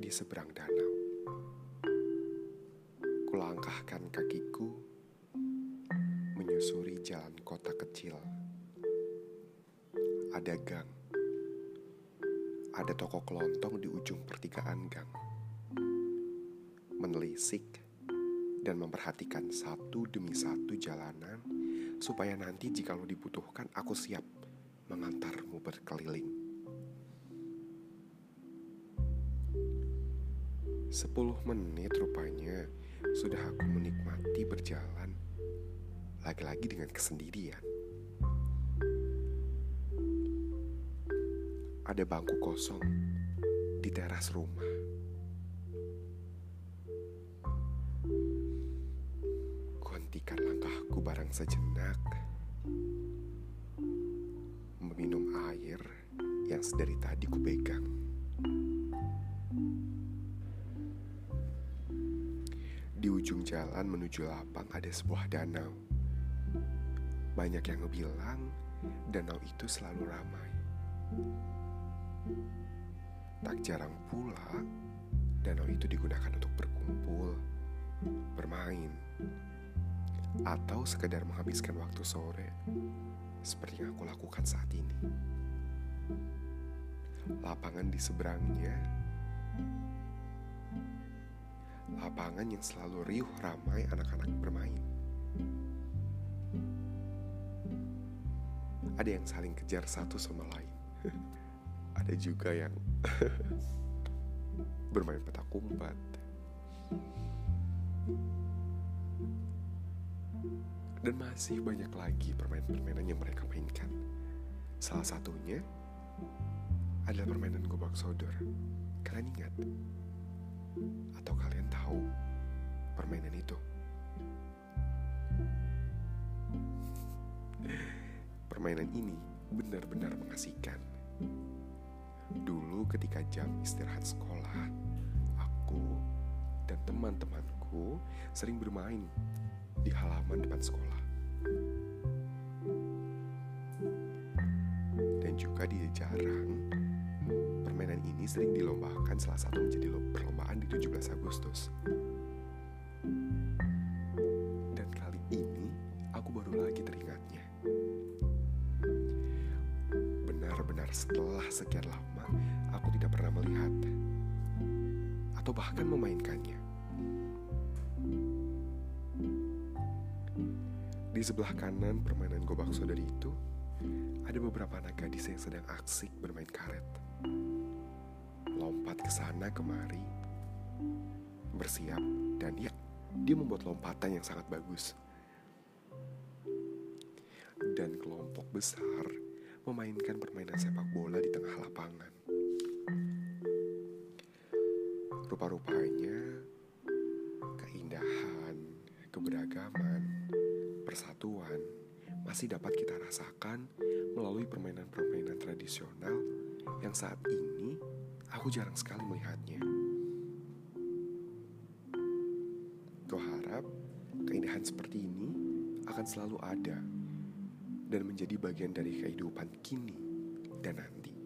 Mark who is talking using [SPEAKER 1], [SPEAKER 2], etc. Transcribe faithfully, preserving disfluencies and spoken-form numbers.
[SPEAKER 1] di seberang danau. Kulangkahkan kakiku menyusuri jalan kota kecil. Ada gang. Ada toko kelontong di ujung pertigaan gang. Menelisik dan memperhatikan satu demi satu jalanan supaya nanti jikalau dibutuhkan aku siap mengantarmu berkeliling. Sepuluh menit rupanya sudah aku menikmati berjalan, lagi-lagi dengan kesendirian. Ada bangku kosong di teras rumah. Kuhentikan langkahku barang sejenak, meminum air yang sedari tadi kupegang. Di ujung jalan menuju lapang ada sebuah danau. Banyak yang bilang danau itu selalu ramai. Tak jarang pula danau itu digunakan untuk berkumpul, bermain, atau sekedar menghabiskan waktu sore seperti yang aku lakukan saat ini. Lapangan di seberangnya, lapangan yang selalu riuh ramai anak-anak bermain. Ada yang saling kejar satu sama lain. Ada juga yang bermain petak umpet. Dan masih banyak lagi permainan-permainan yang mereka mainkan. Salah satunya adalah permainan gobak sodor. Kalian ingat? Atau kalian tahu permainan itu? Permainan ini benar-benar mengasihkan. Dulu ketika jam istirahat sekolah, aku dan teman-temanku sering bermain di halaman depan sekolah. Dan juga di Jarang, permainan ini sering dilombakan, salah satu menjadi perlombaan di tujuh belas Agustus. Dan kali ini aku baru lagi teringatnya. Benar-benar setelah sekian lama aku tidak pernah melihat atau bahkan memainkannya. Di sebelah kanan permainan gobak sodor itu ada beberapa anak gadis yang sedang asik bermain karet. Lompat ke sana kemari, bersiap, dan ya, dia membuat lompatan yang sangat bagus. Dan kelompok besar memainkan permainan sepak bola di tengah lapangan. Rupa-rupanya keindahan, keberagaman, persatuan masih dapat kita rasakan melalui permainan-permainan tradisional yang saat ini aku jarang sekali melihatnya. Kuharap keindahan seperti ini akan selalu ada dan menjadi bagian dari kehidupan kini dan nanti.